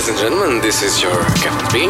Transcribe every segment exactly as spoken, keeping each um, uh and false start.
Ladies and gentlemen, this is your Captain Bean.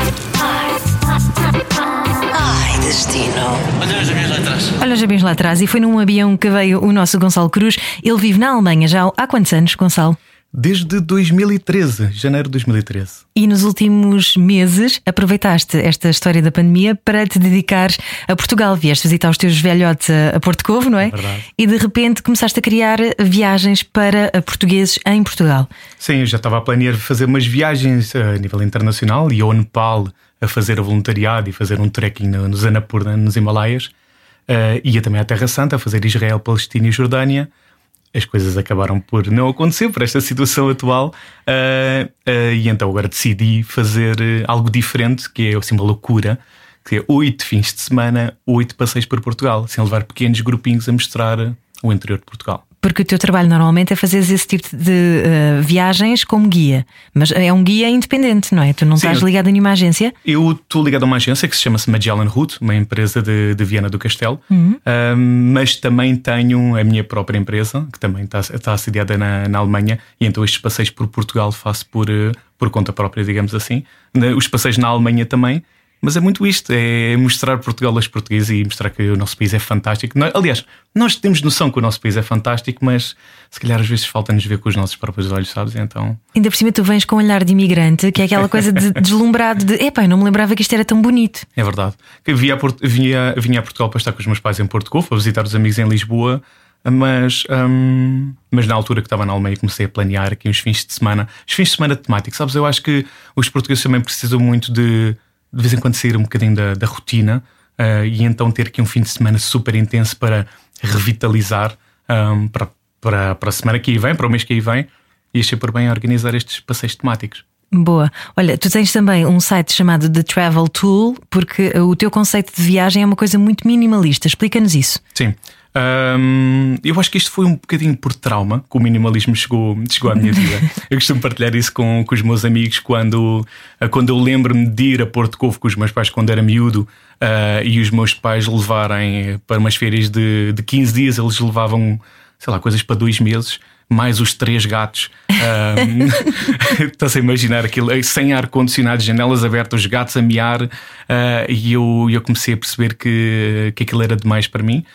Ai, destino. Olha os aviões lá atrás. Olha os aviões lá atrás. E foi num avião que veio o nosso Gonçalo Cruz. Ele vive na Alemanha já há quantos anos, Gonçalo? Desde dois mil e treze, janeiro de dois mil e treze. E nos últimos meses aproveitaste esta história da pandemia para te dedicares a Portugal. Vieste visitar os teus velhotes a Porto Covo, não é? Verdade. E de repente começaste a criar viagens para portugueses em Portugal. Sim, eu já estava a planear fazer umas viagens a nível internacional. Ia ao Nepal a fazer a voluntariado e fazer um trekking nos Annapurna, nos Himalaias. Uh, ia também à Terra Santa a fazer Israel, Palestina e Jordânia. As coisas acabaram por não acontecer por esta situação atual, uh, uh, e então agora decidi fazer uh, algo diferente, que é assim, uma loucura, que é oito fins de semana, oito passeios por Portugal, sem levar pequenos grupinhos a mostrar uh, o interior de Portugal. Porque o teu trabalho normalmente é fazer esse tipo de uh, viagens como guia. Mas é um guia independente, não é? Tu não Sim, estás eu... ligado a nenhuma agência? Eu estou ligado a uma agência que se chama-se Magellan Route, uma empresa de, de Viana do Castelo. Uhum. uh, Mas também tenho a minha própria empresa, que também está, está sediada na, na Alemanha. E então estes passeios por Portugal faço por, uh, por conta própria, digamos assim. Os passeios na Alemanha também. Mas é muito isto, é mostrar Portugal aos portugueses e mostrar que o nosso país é fantástico. Aliás, nós temos noção que o nosso país é fantástico, mas se calhar às vezes falta-nos ver com os nossos próprios olhos, sabes? Então... Ainda por cima tu vens com um olhar de imigrante, que é aquela coisa de deslumbrado de epá, eu não me lembrava que isto era tão bonito. É verdade. Eu vinha a, Porto, vinha, vinha a Portugal para estar com os meus pais em Porto Covo, para visitar os amigos em Lisboa. Mas, hum, mas na altura que estava na Alemanha comecei a planear aqui uns fins de semana. Os fins de semana temáticos, sabes? Eu acho que os portugueses também precisam muito de de vez em quando sair um bocadinho da, da rotina, uh, e então ter aqui um fim de semana super intenso para revitalizar um, para, para, para a semana que aí vem, para o mês que aí vem, e achei por bem organizar estes passeios temáticos. Boa. Olha, tu tens também um site chamado The Travel Tool, porque o teu conceito de viagem é uma coisa muito minimalista. Explica-nos isso. Sim. Um, eu acho que isto foi um bocadinho por trauma que o minimalismo chegou, chegou à minha vida. Eu costumo partilhar isso com, com os meus amigos quando, quando eu lembro-me de ir a Porto Covo com os meus pais quando era miúdo, uh, e os meus pais levarem para umas férias de, de quinze dias. Eles levavam, sei lá, coisas para dois meses, mais os três gatos. um, Estás a imaginar aquilo sem ar-condicionado, janelas abertas, os gatos a miar, uh, e eu, eu comecei a perceber que, que aquilo era demais para mim.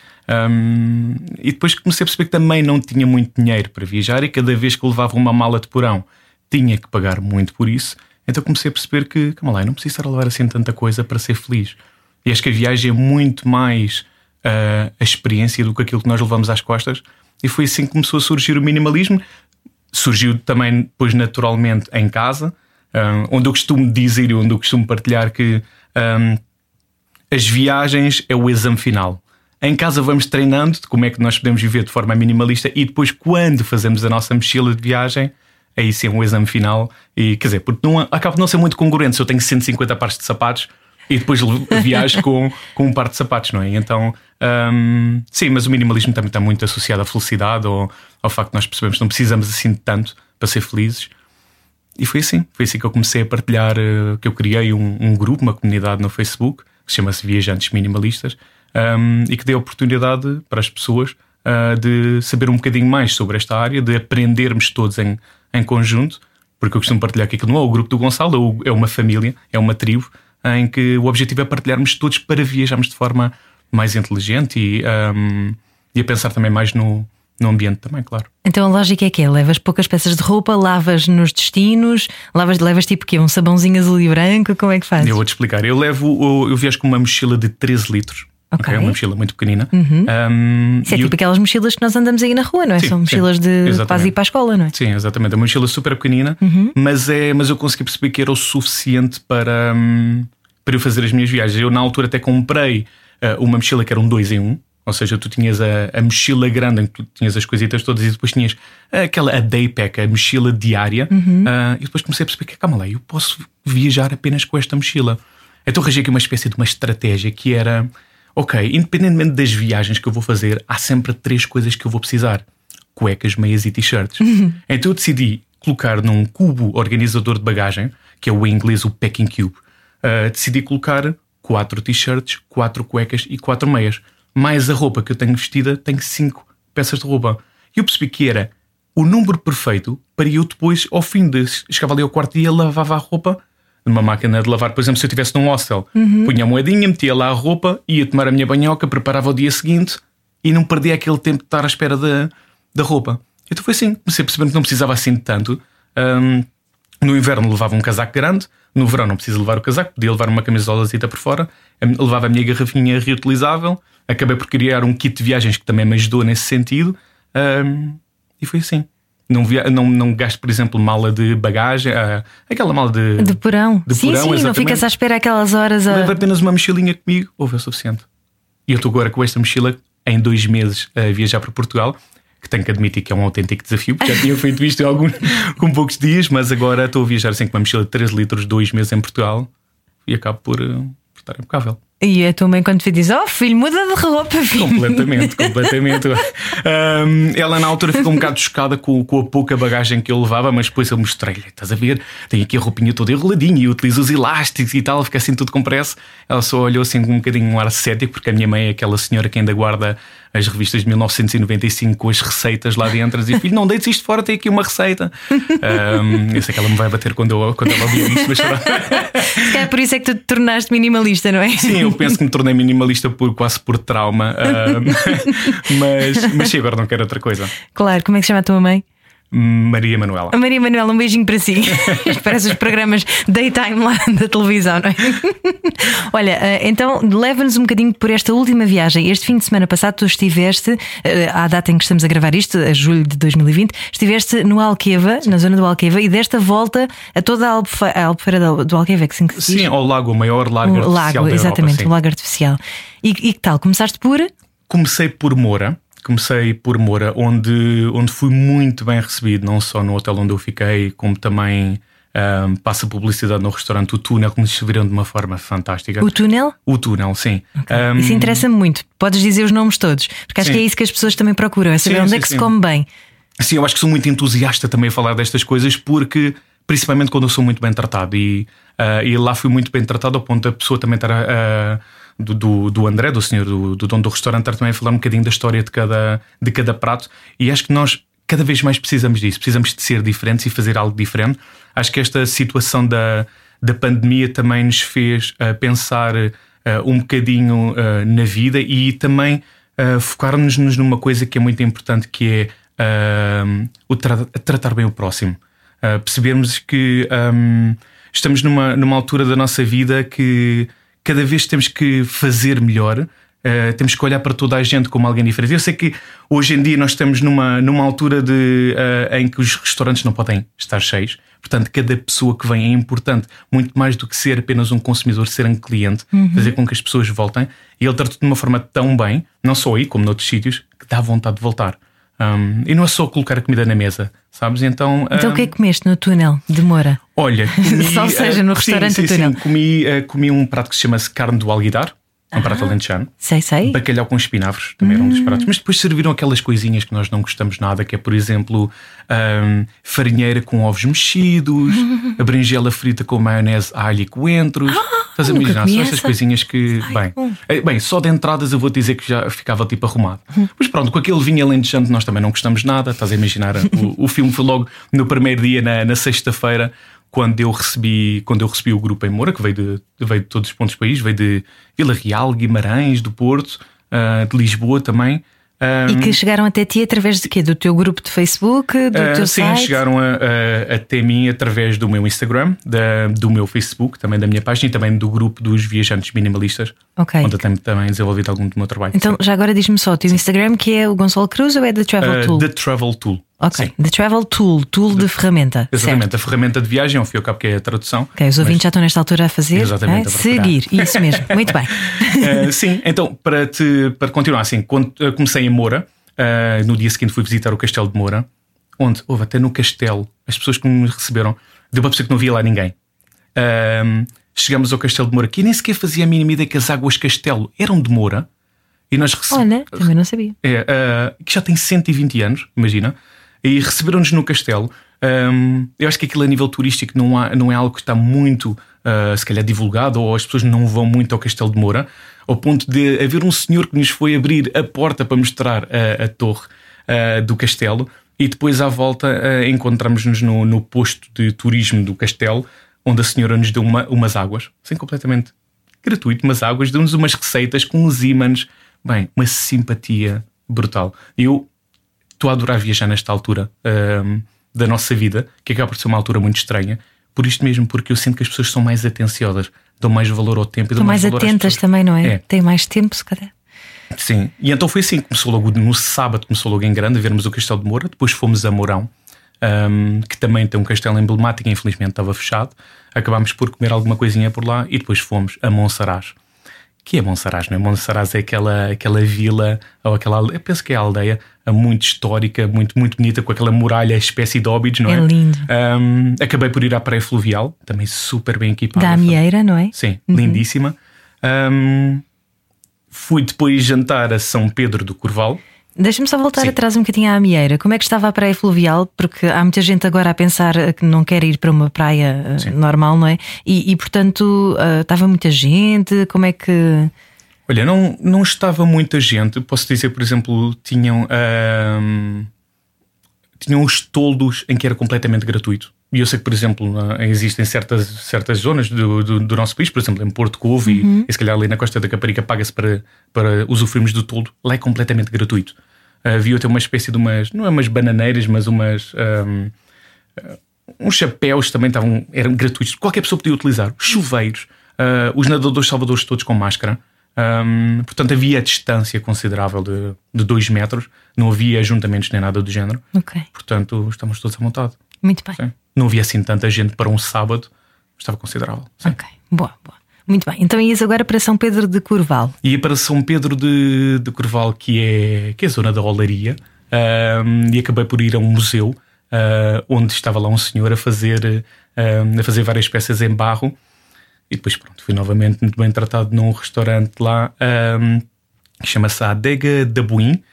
Um, e depois comecei a perceber que também não tinha muito dinheiro para viajar, e cada vez que eu levava uma mala de porão tinha que pagar muito por isso. Então comecei a perceber que, calma lá, eu não preciso estar a levar assim tanta coisa para ser feliz. E acho que a viagem é muito mais uh, a experiência do que aquilo que nós levamos às costas. E foi assim que começou a surgir o minimalismo. Surgiu também depois naturalmente em casa, um, onde eu costumo dizer e onde eu costumo partilhar que um, as viagens é o exame final. Em casa vamos treinando de como é que nós podemos viver de forma minimalista, e depois quando fazemos a nossa mochila de viagem, aí sim é um exame final. E quer dizer, porque não, acaba de não ser muito congruente se eu tenho cento e cinquenta pares de sapatos e depois viajo com, com um par de sapatos, não é? Então hum, sim, mas o minimalismo também está muito associado à felicidade, ou ao facto de nós percebemos que não precisamos assim de tanto para ser felizes. E foi assim, foi assim que eu comecei a partilhar, que eu criei um, um grupo, uma comunidade no Facebook que chama-se Viajantes Minimalistas. Um, e que dê a oportunidade para as pessoas uh, de saber um bocadinho mais sobre esta área, de aprendermos todos em, em conjunto, porque eu costumo partilhar que aquilo não é o grupo do Gonçalo, é uma família, é uma tribo, em que o objetivo é partilharmos todos para viajarmos de forma mais inteligente e, um, e a pensar também mais no, no ambiente também, claro. Então a lógica é que é, levas poucas peças de roupa, lavas nos destinos, lavas, levas tipo quê? Um sabãozinho azul e branco, como é que fazes? Eu vou-te explicar, eu levo, eu viajo com uma mochila de treze litros. Okay. Okay, uma mochila muito pequenina. Uhum. Um, Isso é tipo eu... aquelas mochilas que nós andamos aí na rua, não é? Sim, São mochilas sim, de exatamente. quase ir para a escola, não é? Sim, exatamente. É uma mochila super pequenina, uhum. mas, é, mas eu consegui perceber que era o suficiente para, um, para eu fazer as minhas viagens. Eu na altura até comprei uh, uma mochila que era um dois em um. Ou seja, tu tinhas a, a mochila grande em que tu tinhas as coisitas todas, e depois tinhas aquela a day pack, a mochila diária. Uhum. uh, E depois comecei a perceber que, calma lá, eu posso viajar apenas com esta mochila. Então arranjei aqui uma espécie de uma estratégia que era: ok, independentemente das viagens que eu vou fazer, há sempre três coisas que eu vou precisar: cuecas, meias e t-shirts. Uhum. Então eu decidi colocar num cubo organizador de bagagem, que é o em inglês o packing cube, uh, decidi colocar quatro t-shirts, quatro cuecas e quatro meias. Mais a roupa que eu tenho vestida, tenho cinco peças de roupa. E eu percebi que era o número perfeito para eu depois, ao fim de. Chegava ali ao quarto dia, lavava a roupa numa máquina de lavar. Por exemplo, se eu estivesse num hostel, uhum. punha a moedinha, metia lá a roupa, ia tomar a minha banhoca, preparava o dia seguinte e não perdia aquele tempo de estar à espera da, da roupa. Então foi assim, comecei a perceber que não precisava assim de tanto. Um, no inverno levava um casaco grande, no verão não preciso levar o casaco, podia levar uma camisolazita por fora, levava a minha garrafinha reutilizável, acabei por criar um kit de viagens que também me ajudou nesse sentido. Um, e foi assim. Não, via, não, não gasto, por exemplo, mala de bagagem, uh, aquela mala de, de porão. De sim, porão, sim, exatamente. Não ficas à espera aquelas horas. A... Levo apenas uma mochilinha comigo, houve o suficiente. E eu estou agora com esta mochila em dois meses a viajar para Portugal, que tenho que admitir que é um autêntico desafio, porque já tinha feito isto em alguns, com poucos dias, mas agora estou a viajar assim com uma mochila de três litros, dois meses em Portugal e acabo por, uh, por estar impecável. E a tua mãe, quando te diz: oh filho, muda de roupa, filho. Completamente, completamente. um, Ela na altura ficou um bocado chocada com, com a pouca bagagem que eu levava, mas depois eu mostrei-lhe: estás a ver, tenho aqui a roupinha toda enroladinha e utilizo os elásticos e tal, fica assim tudo com pressa. Ela só olhou assim com um bocadinho um ar cético, porque a minha mãe é aquela senhora que ainda guarda as revistas de mil novecentos e noventa e cinco com as receitas lá dentro. E filho, não deites isto fora, tem aqui uma receita. um, Eu sei que ela me vai bater quando, eu, quando ela ouvir isto, mas se calhar por isso é que tu te tornaste minimalista, não é? Sim, eu penso que me tornei minimalista por, quase por trauma. uh, mas, mas sim, agora não quero outra coisa. Claro, como é que se chama a tua mãe? Maria Manuela. A Maria Manuela, um beijinho para si. Parece os programas daytime lá da televisão, não é? Olha, então leva-nos um bocadinho por esta última viagem. Este fim de semana passado tu estiveste, à data em que estamos a gravar isto, a julho de dois mil e vinte, estiveste no Alqueva, na zona do Alqueva, e desta volta a toda a Albufeira, a Albufeira do Alqueva, é que se diz? Sim, ao lago, o maior lago o artificial lago, da exatamente, Europa, o lago artificial. E, e que tal? Começaste por? Comecei por Moura. Comecei por Moura, onde, onde fui muito bem recebido, não só no hotel onde eu fiquei, como também um, passa publicidade no restaurante O Túnel, que me serviram de uma forma fantástica. O Túnel? O Túnel, sim. Okay. Um, isso interessa-me muito. Podes dizer os nomes todos, porque acho sim. que é isso que as pessoas também procuram, é saber sim, onde sim, é que sim. se come bem. Sim, eu acho que sou muito entusiasta também a falar destas coisas, porque principalmente quando eu sou muito bem tratado, e, uh, e lá fui muito bem tratado ao ponto da pessoa também estar a. Uh, Do, do, do André, do senhor, do, do dono do restaurante, também a falar um bocadinho da história de cada, de cada prato. E acho que nós cada vez mais precisamos disso. Precisamos de ser diferentes e fazer algo diferente. Acho que esta situação da, da pandemia também nos fez uh, pensar uh, um bocadinho uh, na vida e também uh, focar-nos numa coisa que é muito importante, que é uh, o tra- tratar bem o próximo. Uh, percebermos que um, estamos numa, numa altura da nossa vida que cada vez temos que fazer melhor, uh, temos que olhar para toda a gente como alguém diferente. Eu sei que hoje em dia nós estamos numa, numa altura de, uh, em que os restaurantes não podem estar cheios, portanto cada pessoa que vem é importante, muito mais do que ser apenas um consumidor, ser um cliente, uhum. fazer com que as pessoas voltem. E ele trata de uma forma tão bem, não só aí como noutros sítios, que dá vontade de voltar. Um, e não é só colocar a comida na mesa, sabes? Então, então um, o que é que comeste no Túnel de Moura? Olha, comi, só seja no uh, restaurante sim, do sim, Túnel. Sim, comi, uh, comi um prato que se chama carne do alguidar. É um ah, prato alentejano. Sei, sei. Bacalhau com espinafres, também hum. era um dos pratos. Mas depois serviram aquelas coisinhas que nós não gostamos nada, que é, por exemplo, um, farinheira com ovos mexidos, a berinjela frita com maionese, alho e coentros. Ah, Estás a imaginar? São essas essa. coisinhas que, Ai, bem, é, bem, só de entradas eu vou dizer que já ficava tipo arrumado. Hum. Mas pronto, com aquele vinho alentejano nós também não gostamos nada. Estás a imaginar? o, o filme foi logo no primeiro dia, na, na sexta-feira, quando eu recebi, quando eu recebi o grupo em Moura, que veio de, veio de todos os pontos do país, veio de Vila Real, Guimarães, do Porto, uh, de Lisboa também. Um, e que chegaram até ti através de quê? Do teu grupo de Facebook? Do uh, teu sim, site? Sim, chegaram a, a, até mim através do meu Instagram, da, do meu Facebook, também da minha página e também do grupo dos viajantes minimalistas, okay. onde eu tenho também desenvolvido algum do meu trabalho. Então, sim. já agora diz-me só, o teu Instagram, que é o Gonçalo Cruz ou é The Travel uh, Tool? The Travel Tool. Ok, sim. The Travel Tool, tool de, de ferramenta. Exatamente, certo. A ferramenta de viagem, ao fim e ao cabo, que é a tradução. Ok, os ouvintes mas... já estão nesta altura a fazer. Exatamente, é? a seguir, isso mesmo, muito bem. uh, sim, então, para, te, para continuar assim, quando comecei em Moura, uh, no dia seguinte fui visitar o Castelo de Moura, onde houve até no castelo, as pessoas que me receberam, deu para perceber que não havia lá ninguém. Uh, chegamos ao Castelo de Moura, que nem sequer fazia a mínima ideia que as águas Castelo eram de Moura. E nós rece... Olha, também não sabia. É, uh, que já tem cento e vinte anos, imagina. E receberam-nos no castelo. Um, eu acho que aquilo a nível turístico não, há, não é algo que está muito, uh, se calhar, divulgado, ou as pessoas não vão muito ao Castelo de Moura, ao ponto de haver um senhor que nos foi abrir a porta para mostrar a, a torre uh, do castelo. E depois à volta uh, encontramos-nos no, no posto de turismo do castelo, onde a senhora nos deu uma, umas águas, assim completamente gratuito, umas águas, deu-nos umas receitas com uns ímãs, bem, uma simpatia brutal. Eu estou a adorar viajar nesta altura uh, da nossa vida, que acaba por ser uma altura muito estranha, por isto mesmo, porque eu sinto que as pessoas são mais atenciosas, dão mais valor ao tempo e dão São mais, mais valor atentas também, não é? é? Têm mais tempo, se calhar. Sim, e então foi assim, começou logo no sábado, começou logo em grande a vermos o Castelo de Moura. Depois fomos a Mourão, um, que também tem um castelo emblemático, infelizmente estava fechado. Acabámos por comer alguma coisinha por lá e depois fomos a Monsaraz. Que é Monsaraz, não é? Monsaraz é aquela, aquela vila, ou aquela, eu penso que é a aldeia muito histórica, muito, muito bonita, com aquela muralha, espécie de óbidos, não é? É lindo. Um, acabei por ir à praia fluvial, também super bem equipada. Da Amieira, não é? Sim, uhum. lindíssima. Um, Fui depois jantar a São Pedro do Corval. Deixa-me só voltar Sim. atrás um bocadinho à Amieira. Como é que estava a praia fluvial? Porque há muita gente agora a pensar que não quer ir para uma praia uh, normal, não é? E, e portanto, uh, estava muita gente. Como é que... Olha, não, não estava muita gente. Posso dizer, por exemplo, tinham, um, tinham os toldos em que era completamente gratuito. E eu sei que, por exemplo, existem certas, certas zonas do, do, do nosso país, por exemplo, em Porto Covo, uhum. e, e se calhar ali na Costa da Caparica paga-se para, para usufruirmos do toldo. Lá é completamente gratuito. Havia até uma espécie de umas, não é umas bananeiras, mas umas um, uns chapéus também estavam, eram gratuitos. Qualquer pessoa podia utilizar. Chuveiros, uh, os nadadores salvadores todos com máscara. Um, portanto, havia a distância considerável de, de dois metros. Não havia ajuntamentos nem nada do género. Okay. Portanto, estamos todos à vontade. Muito bem. Sim. Não havia assim tanta gente para um sábado. Estava considerável. Sim. Ok, boa, boa. Muito bem. Então ias agora para São Pedro de Corval. Ia para São Pedro de, de Corval, que é, que é a zona da Olaria. Um, e acabei por ir a um museu uh, onde estava lá um senhor a fazer, uh, a fazer várias peças em barro. E depois pronto, fui novamente muito bem tratado num restaurante lá um, que chama-se a Adega da Buim,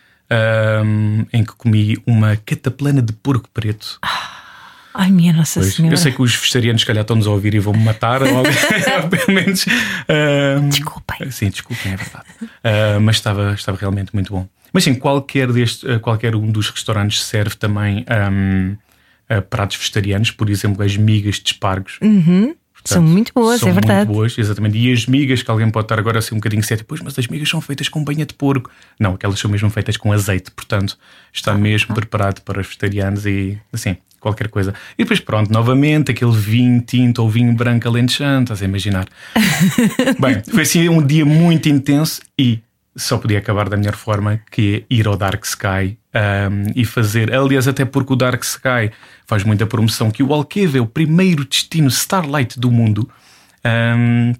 um, em que comi uma cataplana de porco preto. Ah. Ai, minha Nossa pois, Senhora. Eu sei que os vegetarianos, se calhar, estão-nos a ouvir e vão-me matar, ou pelo menos. Uh, desculpem. Sim, desculpem, é verdade. Uh, mas estava, estava realmente muito bom. Mas sim, qualquer, deste, qualquer um dos restaurantes serve também um, uh, pratos vegetarianos, por exemplo, as migas de espargos. Uhum. Portanto, são muito boas, são é verdade. Muito boas, exatamente. E as migas, que alguém pode estar agora assim um bocadinho cético, pois, mas as migas são feitas com banha de porco. Não, aquelas são mesmo feitas com azeite, portanto, está mesmo preparado para os vegetarianos e assim. Qualquer coisa. E depois pronto, novamente aquele vinho tinto ou vinho branco alentejante, estás a imaginar. Bem, foi assim um dia muito intenso e só podia acabar da melhor forma, que é ir ao Dark Sky um, e fazer, aliás até porque o Dark Sky faz muita promoção, que o Alqueva é o primeiro destino Starlight do mundo. um,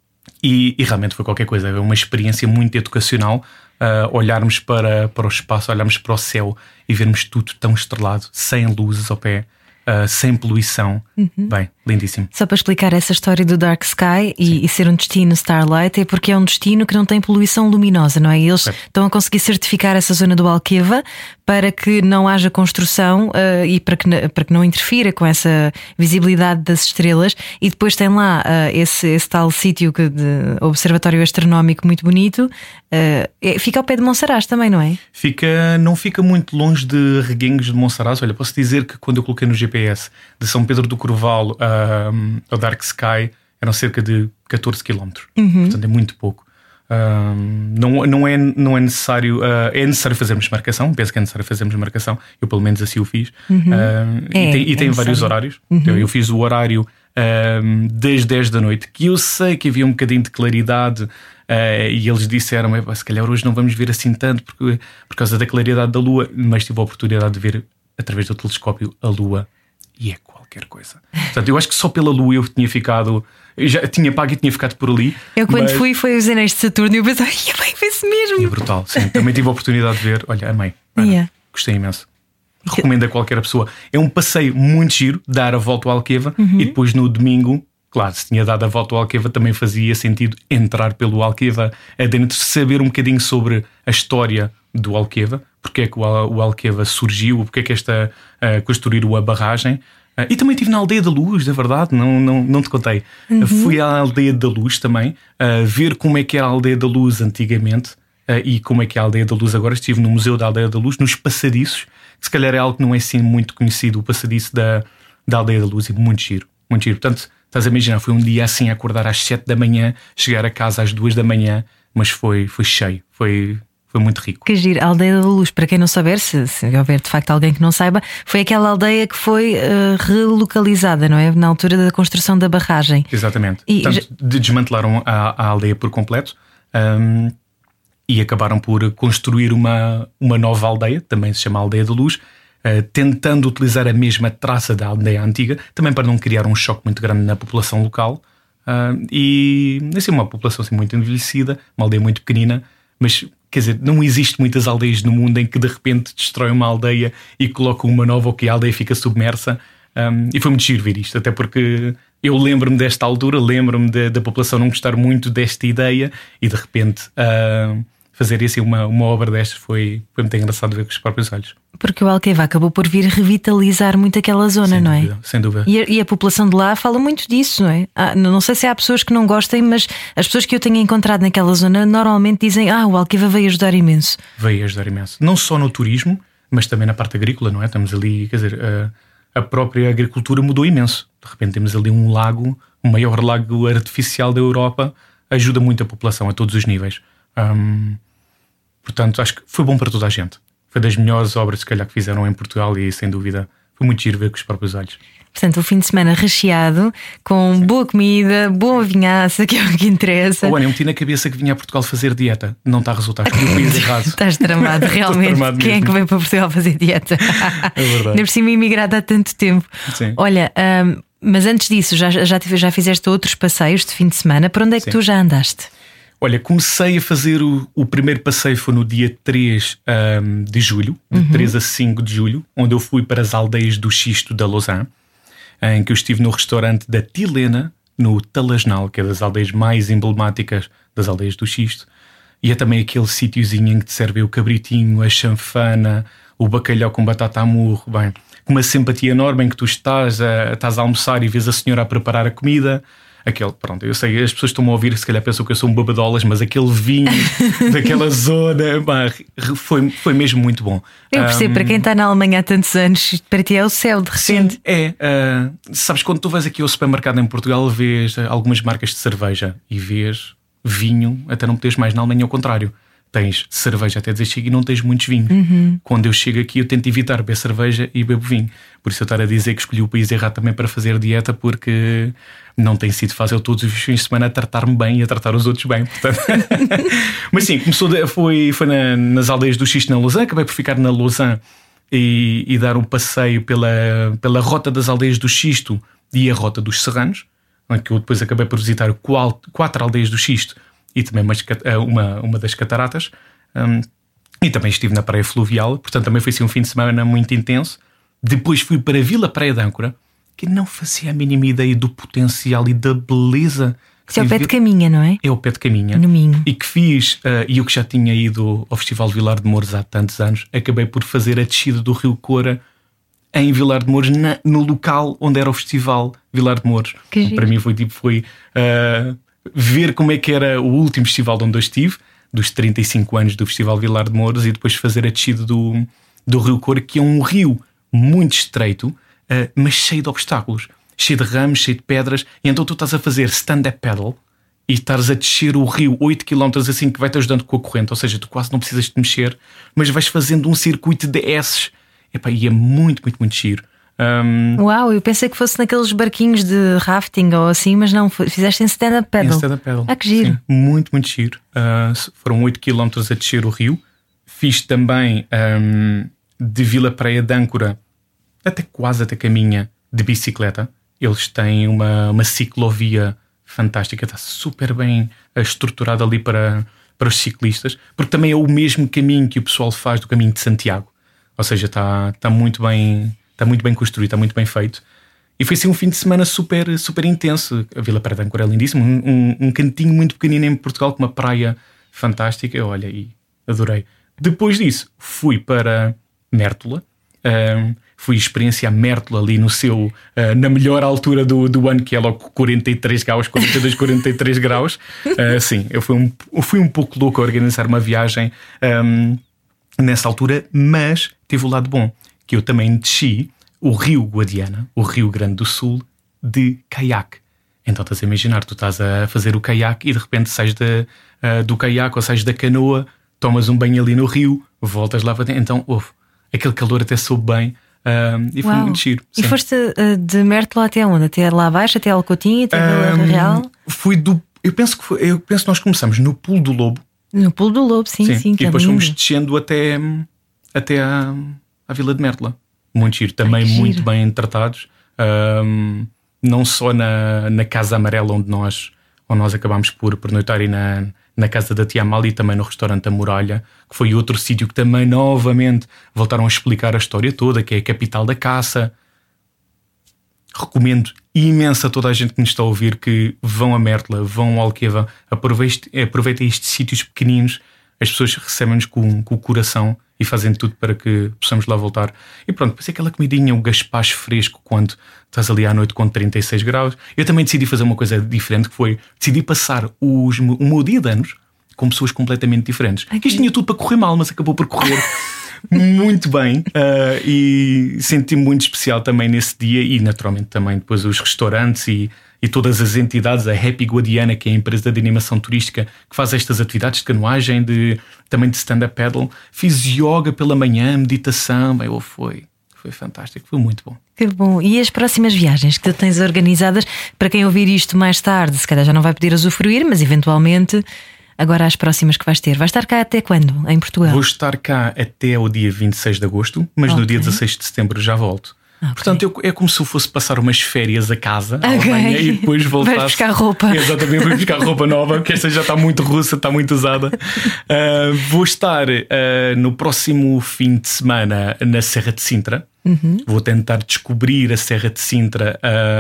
e, e realmente foi qualquer coisa, é uma experiência muito educacional. Uh, olharmos para, para o espaço, olharmos para o céu e vermos tudo tão estrelado, sem luzes ao pé, uh, sem poluição. Uhum. Bem, lindíssimo. Só para explicar essa história do Dark Sky e, e ser um destino Starlight, é porque é um destino que não tem poluição luminosa, não é? Eles é. estão a conseguir certificar essa zona do Alqueva para que não haja construção uh, e para que, para que não interfira com essa visibilidade das estrelas. E depois tem lá uh, esse, esse tal sítio que de observatório astronómico muito bonito. Uh, é, fica ao pé de Monsaraz também, não é? Fica, não fica muito longe de Reguengos de Monsaraz. Olha, posso dizer que quando eu coloquei no G P S de São Pedro do Corval uh, ao Dark Sky eram cerca de catorze quilómetros. Uhum. Portanto é muito pouco. Uh, não, não, é, não é necessário uh, é necessário fazermos marcação. Penso que é necessário fazermos marcação. Eu pelo menos assim o fiz. Uhum. uh, é, E tem, e é tem vários horários. Uhum. Então, eu fiz o horário uh, das dez da noite, que eu sei que havia um bocadinho de claridade. Uh, e eles disseram, se calhar hoje não vamos ver assim tanto porque, por causa da claridade da lua, mas tive a oportunidade de ver através do telescópio a lua e é qualquer coisa. Portanto, eu acho que só pela lua eu tinha ficado, eu já tinha pago e tinha ficado por ali. Eu quando mas... fui foi os anéis de Saturno e eu pensei, ia bem, vê-se mesmo. É brutal, sim. Também tive a oportunidade de ver, olha, amei. Ana, yeah. Gostei imenso. Recomendo a qualquer pessoa. É um passeio muito giro, dar a volta ao Alqueva. Uhum. E depois no domingo, claro, se tinha dado a volta ao Alqueva, também fazia sentido entrar pelo Alqueva adentro, saber um bocadinho sobre a história do Alqueva, porque é que o Alqueva surgiu, porque é que esta uh, construíram a barragem. Uh, e também estive na Aldeia da Luz, na verdade, não, não, não te contei. Uhum. Uh, fui à Aldeia da Luz também, uh, ver como é que era a Aldeia da Luz antigamente uh, e como é que é a Aldeia da Luz agora. Estive no Museu da Aldeia da Luz, nos passadiços, se calhar é algo que não é assim muito conhecido, o passadiço da, da Aldeia da Luz, e muito giro, muito giro. Portanto, estás a imaginar, foi um dia assim, acordar às sete da manhã, chegar a casa às duas da manhã, mas foi, foi cheio, foi... Foi muito rico. Que giro. A Aldeia da Luz, para quem não saber, se, se houver de facto alguém que não saiba, foi aquela aldeia que foi uh, relocalizada, não é? Na altura da construção da barragem. Exatamente. E Portanto, já... desmantelaram a, a aldeia por completo um, e acabaram por construir uma, uma nova aldeia, também se chama Aldeia da Luz, uh, tentando utilizar a mesma traça da aldeia antiga, também para não criar um choque muito grande na população local. Uh, e assim, uma população assim, muito envelhecida, uma aldeia muito pequenina, mas... Quer dizer, não existe muitas aldeias no mundo em que de repente destrói uma aldeia e coloca uma nova ou que a aldeia fica submersa. Um, e foi muito giro ver isto, até porque eu lembro-me desta altura, lembro-me de, da população não gostar muito desta ideia e de repente uh, fazer assim uma, uma obra destas foi, foi muito engraçado ver com os próprios olhos. Porque o Alqueva acabou por vir revitalizar muito aquela zona, sem não dúvida, é? Sem dúvida. E a, e a população de lá fala muito disso, não é? Ah, não sei se há pessoas que não gostem, mas as pessoas que eu tenho encontrado naquela zona normalmente dizem: ah, o Alqueva veio ajudar imenso. Veio ajudar imenso. Não só no turismo, mas também na parte agrícola, não é? Estamos ali, quer dizer, a, a própria agricultura mudou imenso. De repente temos ali um lago, o maior lago artificial da Europa, ajuda muito a população a todos os níveis. Um, portanto, acho que foi bom para toda a gente. Foi das melhores obras, se calhar, que fizeram em Portugal e, sem dúvida, foi muito giro ver com os próprios olhos. Portanto, o fim de semana recheado, com Sim. boa comida, boa vinhaça, que é o que interessa. Oh, Ana, eu meti na cabeça que vinha a Portugal fazer dieta. Não está a resultar, escolhi o país errado. Estás tramado, realmente. tramado Quem mesmo. é que vem para Portugal fazer dieta? É verdade. Ainda por cima, imigrado há tanto tempo. Sim. Olha, um, mas antes disso, já, já, já fizeste outros passeios de fim de semana. Para onde é que Sim. tu já andaste? Olha, comecei a fazer o, o primeiro passeio foi no dia três um, de julho, de uhum. três a cinco de julho, onde eu fui para as aldeias do Xisto da Lausanne, em que eu estive no restaurante da Tilena, no Talasnal, que é das aldeias mais emblemáticas das aldeias do Xisto, e é também aquele sítiozinho em que te servem o cabritinho, a chanfana, o bacalhau com batata a murro, bem, com uma simpatia enorme em que tu estás a, estás a almoçar e vês a senhora a preparar a comida. Aquele, pronto, eu sei, as pessoas estão a ouvir, se calhar pensam que eu sou um babadolas, mas aquele vinho daquela zona, bah, foi, foi mesmo muito bom. Eu percebo, um, para quem está na Alemanha há tantos anos, para ti é o céu, de repente. Sim, é. Uh, sabes, quando tu vais aqui ao supermercado em Portugal, vês algumas marcas de cerveja e vês vinho, até não podes mais. Na Alemanha, ao contrário. Tens cerveja até dizer chega e não tens muitos vinhos. Uhum. Quando eu chego aqui, eu tento evitar beber cerveja e bebo vinho. Por isso eu estar a dizer que escolhi o país errado também para fazer dieta, porque não tem sido fácil todos os fins de semana a tratar-me bem e a tratar os outros bem. Portanto... Mas sim, começou de, foi, foi na, nas aldeias do Xisto na Lausanne. Acabei por ficar na Lausanne e, e dar um passeio pela, pela rota das aldeias do Xisto e a rota dos Serranos, onde eu depois acabei por visitar quatro, quatro aldeias do Xisto e também uma, uma das cataratas, um, e também estive na Praia Fluvial. Portanto também foi assim um fim de semana muito intenso. Depois fui para a Vila Praia de Âncora, que não fazia a mínima ideia do potencial e da beleza. Isso é o pé de Caminha, não é? É o pé de Caminha. No Minho. E que fiz, uh, e eu que já tinha ido ao Festival de Vilar de Mouros há tantos anos, acabei por fazer a descida do Rio Coura em Vilar de Mouros, na, no local onde era o Festival Vilar de Mouros. Que para mim foi tipo, foi uh, ver como é que era o último festival onde eu estive, dos trinta e cinco anos do Festival Vilar de Mouros, e depois fazer a descida do, do Rio Coura, que é um rio muito estreito, uh, mas cheio de obstáculos, cheio de ramos, cheio de pedras. E então tu estás a fazer stand-up paddle e estás a descer o rio oito quilómetros assim, que vai-te ajudando com a corrente, ou seja, tu quase não precisas de mexer, mas vais fazendo um circuito de S. Epá, e é muito, muito, muito giro. Um... Uau, eu pensei que fosse naqueles barquinhos de rafting ou assim, mas não, fizeste em stand-up paddle. Em stand-up paddle. Ah, que giro. Sim, muito, muito giro. Uh, foram oito quilómetros a descer o rio. Fiz também um, de Vila Praia de Âncora até quase até Caminha de bicicleta. Eles têm uma, uma ciclovia fantástica, está super bem estruturada ali para, para os ciclistas, porque também é o mesmo caminho que o pessoal faz do caminho de Santiago. Ou seja, está, está muito bem, está muito bem construído, está muito bem feito. E foi assim um fim de semana super, super intenso. A Vila Praia de Âncora é lindíssimo, um, um, um cantinho muito pequenino em Portugal com uma praia fantástica. Olha, e adorei. Depois disso fui para Mértola. Um, fui experienciar Mértola ali no seu, uh, na melhor altura do, do ano, que é logo quarenta e três graus, quarenta e dois, quarenta e três graus. Uh, sim, eu fui, um, eu fui um pouco louco a organizar uma viagem um, nessa altura, mas teve o lado bom, que eu também desci o rio Guadiana, o Rio Grande do Sul, de caiaque. Então estás a imaginar, tu estás a fazer o caiaque e de repente sais de, uh, do caiaque ou sais da canoa, tomas um banho ali no rio, voltas lá para dentro. Então, ouve, aquele calor até soube bem. Uh, e foi Uau. muito giro. E sim. foste uh, de Mértola até onde? Até lá abaixo, até Alcotim, até Vila Um, Real? Fui do. Eu penso que foi, eu penso que nós começamos no Pulo do Lobo. No Pulo do Lobo, sim, sim. sim e que depois é fomos lindo. descendo até, até à, à Vila de Mértola. Muito giro. Também Ai, que muito giro. bem tratados. Um, não só na, na Casa Amarela, onde nós, onde nós acabámos por pernoitar, e na, na Casa da Tia Amália, e também no restaurante A Muralha, que foi outro sítio que também novamente voltaram a explicar a história toda, que é a capital da caça. Recomendo imenso a toda a gente que nos está a ouvir que vão a Mértola, vão ao Alqueva, aproveitem, aproveitem estes sítios pequeninos. As pessoas recebem-nos com, com o coração e fazem tudo para que possamos lá voltar. E pronto, depois é aquela comidinha, o gaspacho fresco quando estás ali à noite com trinta e seis graus. Eu também decidi fazer uma coisa diferente, que foi, decidi passar os, o meu dia de anos com pessoas completamente diferentes. Ai, que isto tinha tudo para correr mal, mas acabou por correr muito bem, uh, e senti-me muito especial também nesse dia. E naturalmente também depois os restaurantes e, e todas as entidades, a Happy Guadiana, que é a empresa de animação turística que faz estas atividades de canoagem, de, também de stand-up paddle. Fiz yoga pela manhã, meditação, bem, oh, foi, foi fantástico, foi muito bom. Que bom. E as próximas viagens que tu tens organizadas, para quem ouvir isto mais tarde, se calhar já não vai poder usufruir, mas eventualmente agora as próximas que vais ter. Vais estar cá até quando, em Portugal? Vou estar cá até o dia vinte e seis de agosto, mas Ok. no dia dezasseis de setembro já volto. Ok. Portanto, eu, é como se eu fosse passar umas férias a casa, à Ok. Alemanha, e depois voltasse. Vais buscar roupa. Exatamente, vou buscar roupa nova, porque esta já está muito russa, está muito usada. Uh, vou estar uh, no próximo fim de semana na Serra de Sintra. Uhum. Vou tentar descobrir a Serra de Sintra,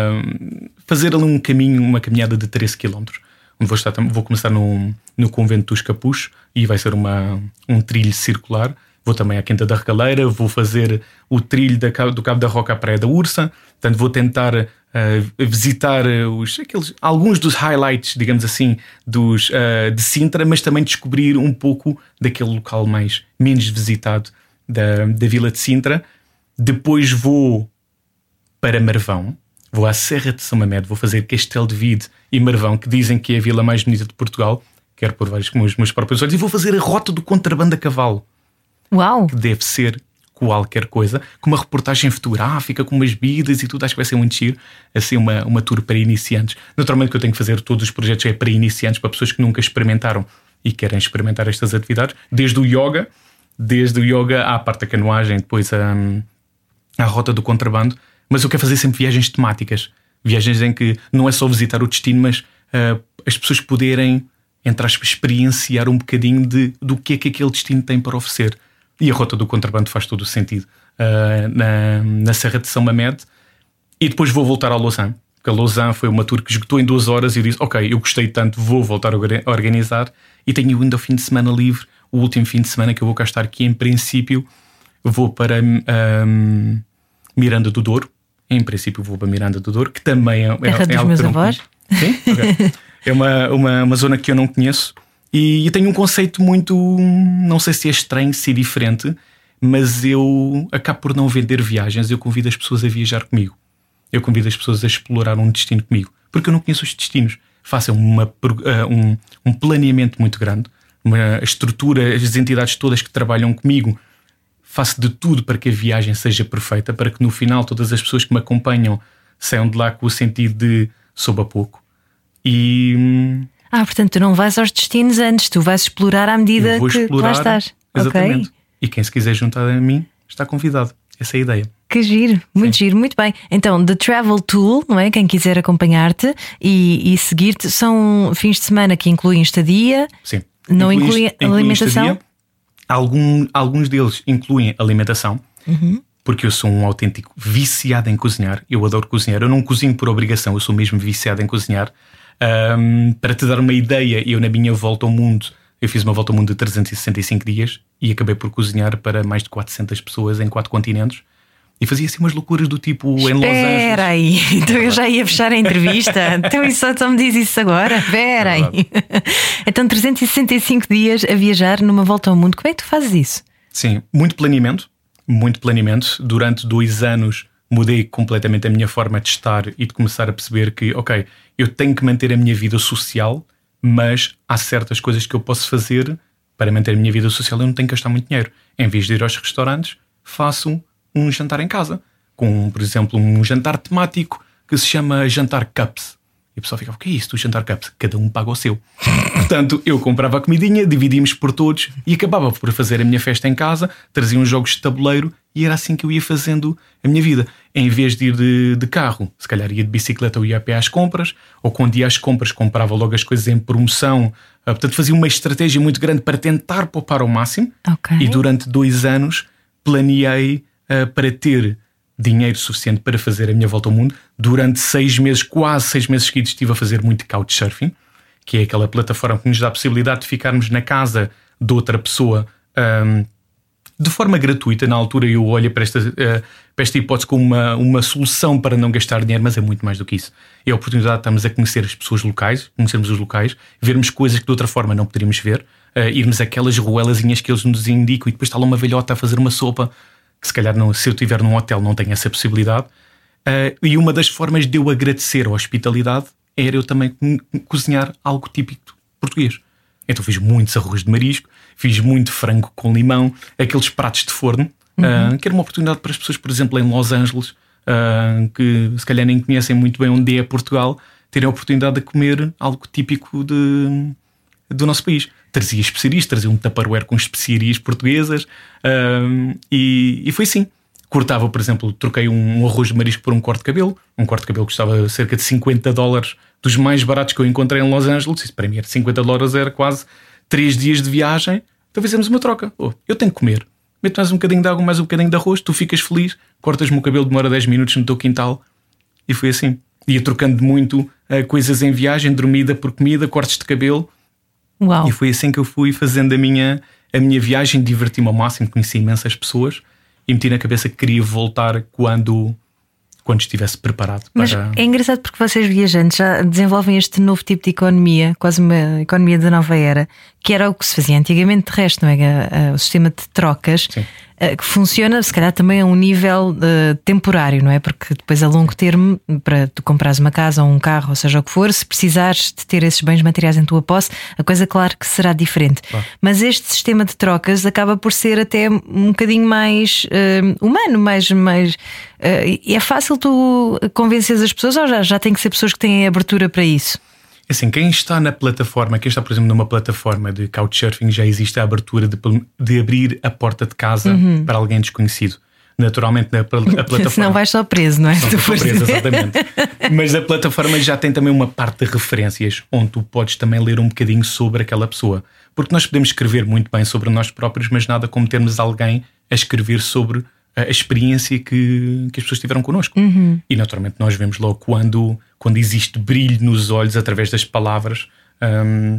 uh, fazer ali um caminho, uma caminhada de treze quilómetros. Onde vou, estar, vou começar no, no Convento dos Capuchos e vai ser uma, um trilho circular. Vou também à Quinta da Regaleira, vou fazer o trilho da, do Cabo da Roca à Praia da Ursa. Portanto, vou tentar uh, visitar os, aqueles, alguns dos highlights, digamos assim, dos, uh, de Sintra, mas também descobrir um pouco daquele local mais menos visitado da, da Vila de Sintra. Depois vou para Marvão, vou à Serra de São Mamede, vou fazer Castelo de Vide e Marvão, que dizem que é a vila mais bonita de Portugal. Quero por vários com os meus próprios olhos. E vou fazer a rota do contrabando a cavalo. Uau! Que deve ser qualquer coisa, com uma reportagem fotográfica, com umas bebidas e tudo. Acho que vai ser muito giro. Assim, uma, uma tour para iniciantes. Naturalmente que eu tenho que fazer todos os projetos é para iniciantes, para pessoas que nunca experimentaram e querem experimentar estas atividades. Desde o yoga, desde o yoga à parte da canoagem, depois a, à rota do contrabando. Mas eu quero fazer sempre viagens temáticas. Viagens em que não é só visitar o destino, mas uh, as pessoas poderem, entre aspas, experienciar um bocadinho de, do que é que aquele destino tem para oferecer. E a rota do contrabando faz todo o sentido uh, na, na Serra de São Mamede. E depois vou voltar a Lausanne, porque a Lausanne foi uma tour que esgotou em duas horas. E eu disse, ok, eu gostei tanto, vou voltar a organizar. E tenho ainda o fim de semana livre, o último fim de semana que eu vou cá estar, que em princípio vou para um, Miranda do Douro. Em princípio vou para Miranda do Douro, que também é, Terra é, dos é algo meus que eu não avós. conheço. Sim? Okay. É uma, uma, uma zona que eu não conheço. E eu tenho um conceito muito, não sei se é estranho, se é diferente, mas eu acabo por não vender viagens. Eu convido as pessoas a viajar comigo. Eu convido as pessoas a explorar um destino comigo, porque eu não conheço os destinos. Façam uma, um, um planeamento muito grande, uma estrutura, as entidades todas que trabalham comigo. Faço de tudo para que a viagem seja perfeita, para que no final todas as pessoas que me acompanham saiam de lá com o sentido de soube a pouco. E Ah, portanto, tu não vais aos destinos antes, tu vais explorar à medida eu vou que explorar, lá estás. exatamente. Ok. E quem se quiser juntar a mim está convidado. Essa é a ideia. Que giro, muito Sim. giro, muito bem. Então, The Travel Tool, não é? Quem quiser acompanhar-te e, e seguir-te, são fins de semana que incluem estadia. Sim. Não Inclui- inclui alimentação? estadia. Algum, alguns deles incluem alimentação, Uhum. porque eu sou um autêntico viciado em cozinhar. Eu adoro cozinhar. Eu não cozinho por obrigação, eu sou mesmo viciado em cozinhar. Um, para te dar uma ideia, eu na minha volta ao mundo, eu fiz uma volta ao mundo de trezentos e sessenta e cinco dias e acabei por cozinhar para mais de quatrocentas pessoas em quatro continentes. E fazia assim umas loucuras do tipo em Los Angeles. Espera aí, então eu já ia fechar a entrevista. Então isso só me diz isso agora. Espera É aí. Então trezentos e sessenta e cinco dias a viajar numa volta ao mundo. Como é que tu fazes isso? Sim, muito planeamento. muito planeamento. Durante dois anos mudei completamente a minha forma de estar e de começar a perceber que, ok, eu tenho que manter a minha vida social, mas há certas coisas que eu posso fazer para manter a minha vida social. Eu não tenho que gastar muito dinheiro. Em vez de ir aos restaurantes, faço um jantar em casa, com, por exemplo, um jantar temático que se chama Jantar Cups. E o pessoal ficava, o que é isso, o Jantar Cups? Cada um paga o seu. Portanto, eu comprava a comidinha, dividíamos por todos e acabava por fazer a minha festa em casa, trazia uns jogos de tabuleiro e era assim que eu ia fazendo a minha vida. Em vez de ir de, de carro, se calhar ia de bicicleta ou ia a pé às compras, ou quando ia às compras comprava logo as coisas em promoção. Portanto, fazia uma estratégia muito grande para tentar poupar ao máximo. Okay. E durante dois anos planeei uh, para ter dinheiro suficiente para fazer a minha volta ao mundo. Durante seis meses, quase seis meses seguidos, estive a fazer muito couchsurfing, que é aquela plataforma que nos dá a possibilidade de ficarmos na casa de outra pessoa um, de forma gratuita. Na altura eu olho para esta, uh, para esta hipótese como uma, uma solução para não gastar dinheiro, mas é muito mais do que isso. É a oportunidade de estarmos a conhecer as pessoas locais, conhecermos os locais, vermos coisas que de outra forma não poderíamos ver, uh, irmos aquelas ruelazinhas que eles nos indicam e depois está lá uma velhota a fazer uma sopa, que se calhar não, se eu estiver num hotel não tenho essa possibilidade. Uh, e uma das formas de eu agradecer a hospitalidade era eu também cozinhar algo típico português. Então fiz muitos arroz de marisco, fiz muito frango com limão, aqueles pratos de forno, uhum. uh, que era uma oportunidade para as pessoas, por exemplo, em Los Angeles, uh, que se calhar nem conhecem muito bem onde é Portugal, terem a oportunidade de comer algo típico de, do nosso país. Trazia especiarias, trazia um tupperware com especiarias portuguesas, uh, e, e foi assim. Cortava, por exemplo, troquei um arroz de marisco por um corte de cabelo. Um corte de cabelo custava cerca de cinquenta dólares, dos mais baratos que eu encontrei em Los Angeles. Isso para mim era cinquenta dólares, era quase três dias de viagem. Então fizemos uma troca. Oh, eu tenho que comer. Meto mais um bocadinho de água, mais um bocadinho de arroz. Tu ficas feliz, cortas-me o cabelo, demora dez minutos no teu quintal. E foi assim. Ia trocando muito uh, coisas em viagem, dormida por comida, cortes de cabelo. Uau. E foi assim que eu fui fazendo a minha, a minha viagem. Diverti-me ao máximo, conheci imensas pessoas. E meti na cabeça que queria voltar quando, quando estivesse preparado. Mas para... é engraçado porque vocês viajantes já desenvolvem este novo tipo de economia, quase uma economia da nova era, que era o que se fazia antigamente. De resto, não é? O sistema de trocas. Sim. Que funciona se calhar também a um nível uh, temporário, não é? Porque depois a longo termo, para tu comprares uma casa ou um carro, ou seja o que for, se precisares de ter esses bens materiais em tua posse, a coisa claro que será diferente. Claro. Mas este sistema de trocas acaba por ser até um bocadinho mais uh, humano, mais, mais uh, é fácil tu convenceres as pessoas, ou já, já tem que ser pessoas que têm abertura para isso? Assim, quem está na plataforma, quem está, por exemplo, numa plataforma de couchsurfing, já existe a abertura de, de abrir a porta de casa uhum. para alguém desconhecido. Naturalmente, a, a plataforma. Senão vais só preso, não é? Não, estou preso, exatamente. Mas a plataforma já tem também uma parte de referências, onde tu podes também ler um bocadinho sobre aquela pessoa. Porque nós podemos escrever muito bem sobre nós próprios, mas nada como termos alguém a escrever sobre a experiência que, que as pessoas tiveram connosco. Uhum. E naturalmente nós vemos logo quando, quando existe brilho nos olhos através das palavras, um,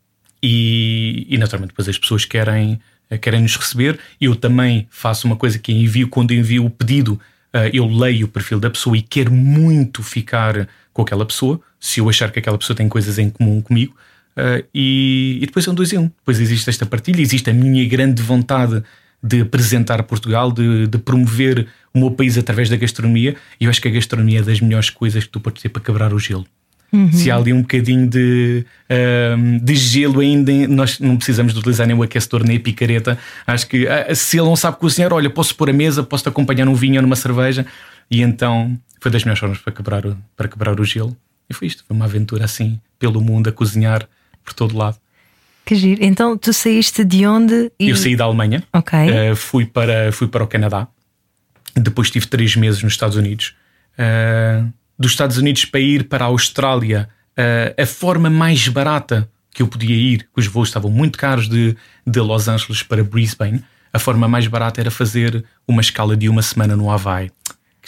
e, e naturalmente depois as pessoas querem, querem nos receber. Eu também faço uma coisa que envio, quando envio o pedido, uh, eu leio o perfil da pessoa e quero muito ficar com aquela pessoa, se eu achar que aquela pessoa tem coisas em comum comigo, uh, e, e depois é um dois em um. Depois existe esta partilha, existe a minha grande vontade de apresentar Portugal, de, de promover o meu país através da gastronomia. E eu acho que a gastronomia é das melhores coisas que tu podes ter para quebrar o gelo. Uhum. Se há ali um bocadinho de, um, de gelo ainda, nós não precisamos de utilizar nem o aquecedor nem a picareta. Acho que se ele não sabe cozinhar, olha, posso pôr a mesa, posso-te acompanhar num vinho ou numa cerveja. E então foi das melhores formas para quebrar, para quebrar o gelo. E foi isto, foi uma aventura assim pelo mundo, a cozinhar por todo lado. Que giro. Então tu saíste de onde? E... Eu saí da Alemanha, okay. uh, fui, para, fui para o Canadá. Depois estive três meses nos Estados Unidos. Uh, dos Estados Unidos para ir para a Austrália, uh, a forma mais barata que eu podia ir, os voos estavam muito caros, de, de Los Angeles para Brisbane, a forma mais barata era fazer uma escala de uma semana no Havaí. que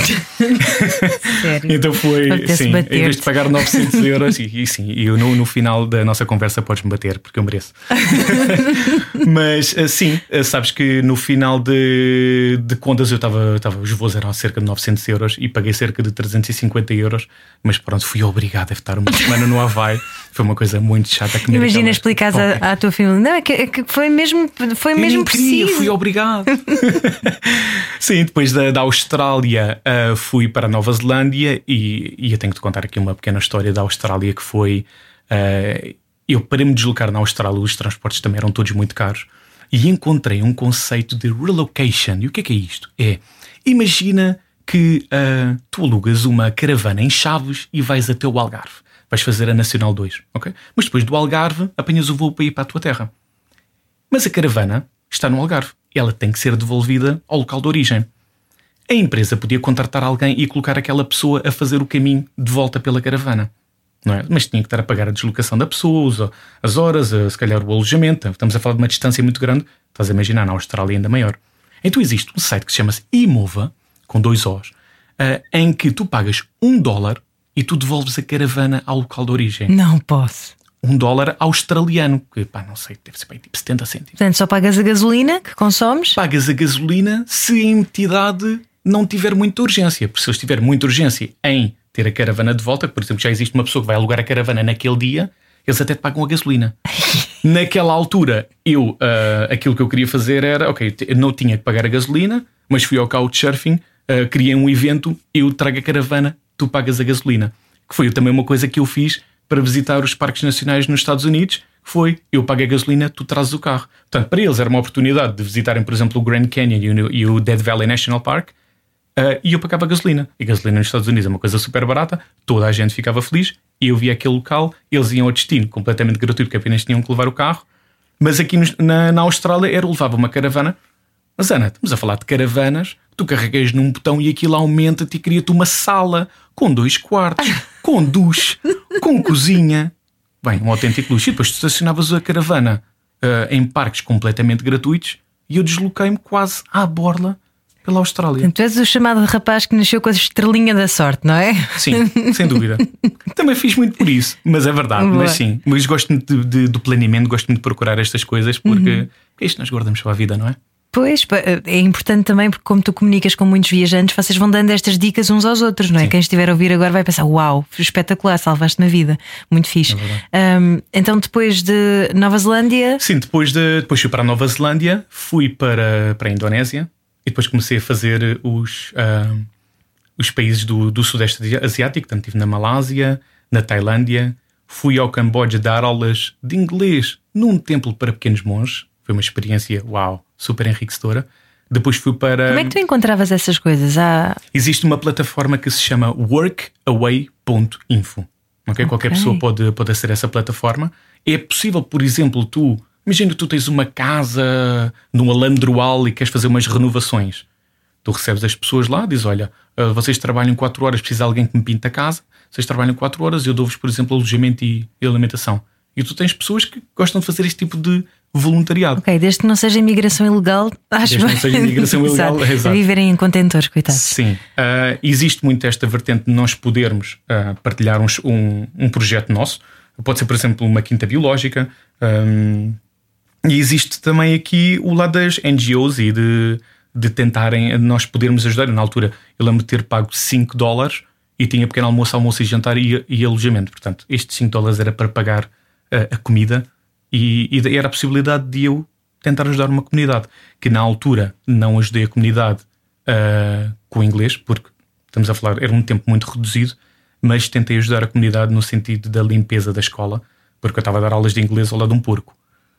sério. Então foi, sim, em vez de pagar novecentos euros, e, e sim, e no, no final da nossa conversa podes-me bater, porque eu mereço. Mas sim, sabes que no final de, de contas eu estava, os voos eram cerca de novecentos euros e paguei cerca de trezentos e cinquenta euros. Mas pronto, fui obrigado a estar uma semana no Havaí. Foi uma coisa muito chata. Imagina explicares à, à tua família: não, é que, é que foi mesmo, foi eu mesmo preciso. Queria, fui obrigado. Sim, depois da, da Austrália uh, fui para a Nova Zelândia e, e eu tenho que te contar aqui uma pequena história da Austrália que foi. Uh, eu para me deslocar na Austrália, os transportes também eram todos muito caros e encontrei um conceito de relocation. E o que é que é isto? É, imagina que uh, tu alugas uma caravana em Chaves e vais até o Algarve. Vais fazer a Nacional dois, ok? Mas depois do Algarve apanhas o voo para ir para a tua terra. Mas a caravana está no Algarve. Ela tem que ser devolvida ao local de origem. A empresa podia contratar alguém e colocar aquela pessoa a fazer o caminho de volta pela caravana, não é? Mas tinha que estar a pagar a deslocação da pessoa, as horas, se calhar o alojamento. Estamos a falar de uma distância muito grande. Estás a imaginar, na Austrália ainda maior. Então existe um site que se chama Imova, com dois O's, uh, em que tu pagas um dólar e tu devolves a caravana ao local de origem. Não posso. Um dólar australiano, que pá, não sei, deve ser bem tipo setenta cêntimos. Portanto, só pagas a gasolina que consomes? Pagas a gasolina se a entidade não tiver muita urgência. Porque se eles tiverem muita urgência em ter a caravana de volta, por exemplo, já existe uma pessoa que vai alugar a caravana naquele dia, eles até te pagam a gasolina. Naquela altura, eu, uh, aquilo que eu queria fazer era, ok, eu não tinha que pagar a gasolina, mas fui ao Couchsurfing, uh, criei um evento, eu trago a caravana, tu pagas a gasolina. Que foi também uma coisa que eu fiz para visitar os parques nacionais nos Estados Unidos, foi, eu pago a gasolina, tu trazes o carro. Portanto, para eles era uma oportunidade de visitarem, por exemplo, o Grand Canyon e o Death Valley National Park, uh, e eu pagava a gasolina. E a gasolina nos Estados Unidos é uma coisa super barata, toda a gente ficava feliz, e eu via aquele local, eles iam ao destino completamente gratuito, porque apenas tinham que levar o carro. Mas aqui nos, na, na Austrália era levava uma caravana. Mas Ana, estamos a falar de caravanas, tu carregas num botão e aquilo aumenta-te e cria-te uma sala com dois quartos, com duche, com cozinha. Bem, um autêntico luxo. E depois tu estacionavas a caravana uh, em parques completamente gratuitos e eu desloquei-me quase à borla pela Austrália. Então, tu és o chamado rapaz que nasceu com a estrelinha da sorte, não é? Sim, sem dúvida. Também fiz muito por isso, mas é verdade. Boa. Mas sim, mas gosto muito de, de, do planeamento, gosto muito de procurar estas coisas porque uhum. isto nós guardamos para a vida, não é? Pois, é importante também porque como tu comunicas com muitos viajantes, vocês vão dando estas dicas uns aos outros, não é? Sim. Quem estiver a ouvir agora vai pensar, uau, espetacular, salvaste-me a vida. Muito fixe. É um, então depois de Nova Zelândia... Sim, depois, de, depois fui para a Nova Zelândia, fui para, para a Indonésia e depois comecei a fazer os, uh, os países do, do Sudeste Asiático. Portanto, estive na Malásia, na Tailândia, fui ao Camboja dar aulas de inglês num templo para pequenos monges. Foi uma experiência, uau, super enriquecedora. Depois fui para... Como é que tu encontravas essas coisas? Ah... Existe uma plataforma que se chama workaway ponto info. Okay? Okay. Qualquer pessoa pode, pode aceder a essa plataforma. É possível, por exemplo, tu... Imagina que tu tens uma casa num alandroal e queres fazer umas renovações. Tu recebes as pessoas lá, dizes, olha, vocês trabalham quatro horas, precisa de alguém que me pinte a casa. Vocês trabalham quatro horas, eu dou-vos, por exemplo, alojamento e alimentação. E tu tens pessoas que gostam de fazer este tipo de voluntariado. Ok, desde que não seja imigração ilegal, acho Desde que não seja imigração ilegal, exato. Exato. A viverem em contentores, coitados. Sim, uh, existe muito esta vertente de nós podermos uh, partilhar uns, um, um projeto nosso. Pode ser, por exemplo, uma quinta biológica. Um, e existe também aqui o lado das N G Os e de, de tentarem nós podermos ajudar. Na altura, eu lembro de ter pago cinco dólares e tinha pequeno almoço, almoço e jantar e, e alojamento. Portanto, estes cinco dólares era para pagar a, a comida. E, e era a possibilidade de eu tentar ajudar uma comunidade que na altura não ajudei a comunidade uh, com o inglês, porque estamos a falar, era um tempo muito reduzido, mas tentei ajudar a comunidade no sentido da limpeza da escola, porque eu estava a dar aulas de inglês ao lado de um porco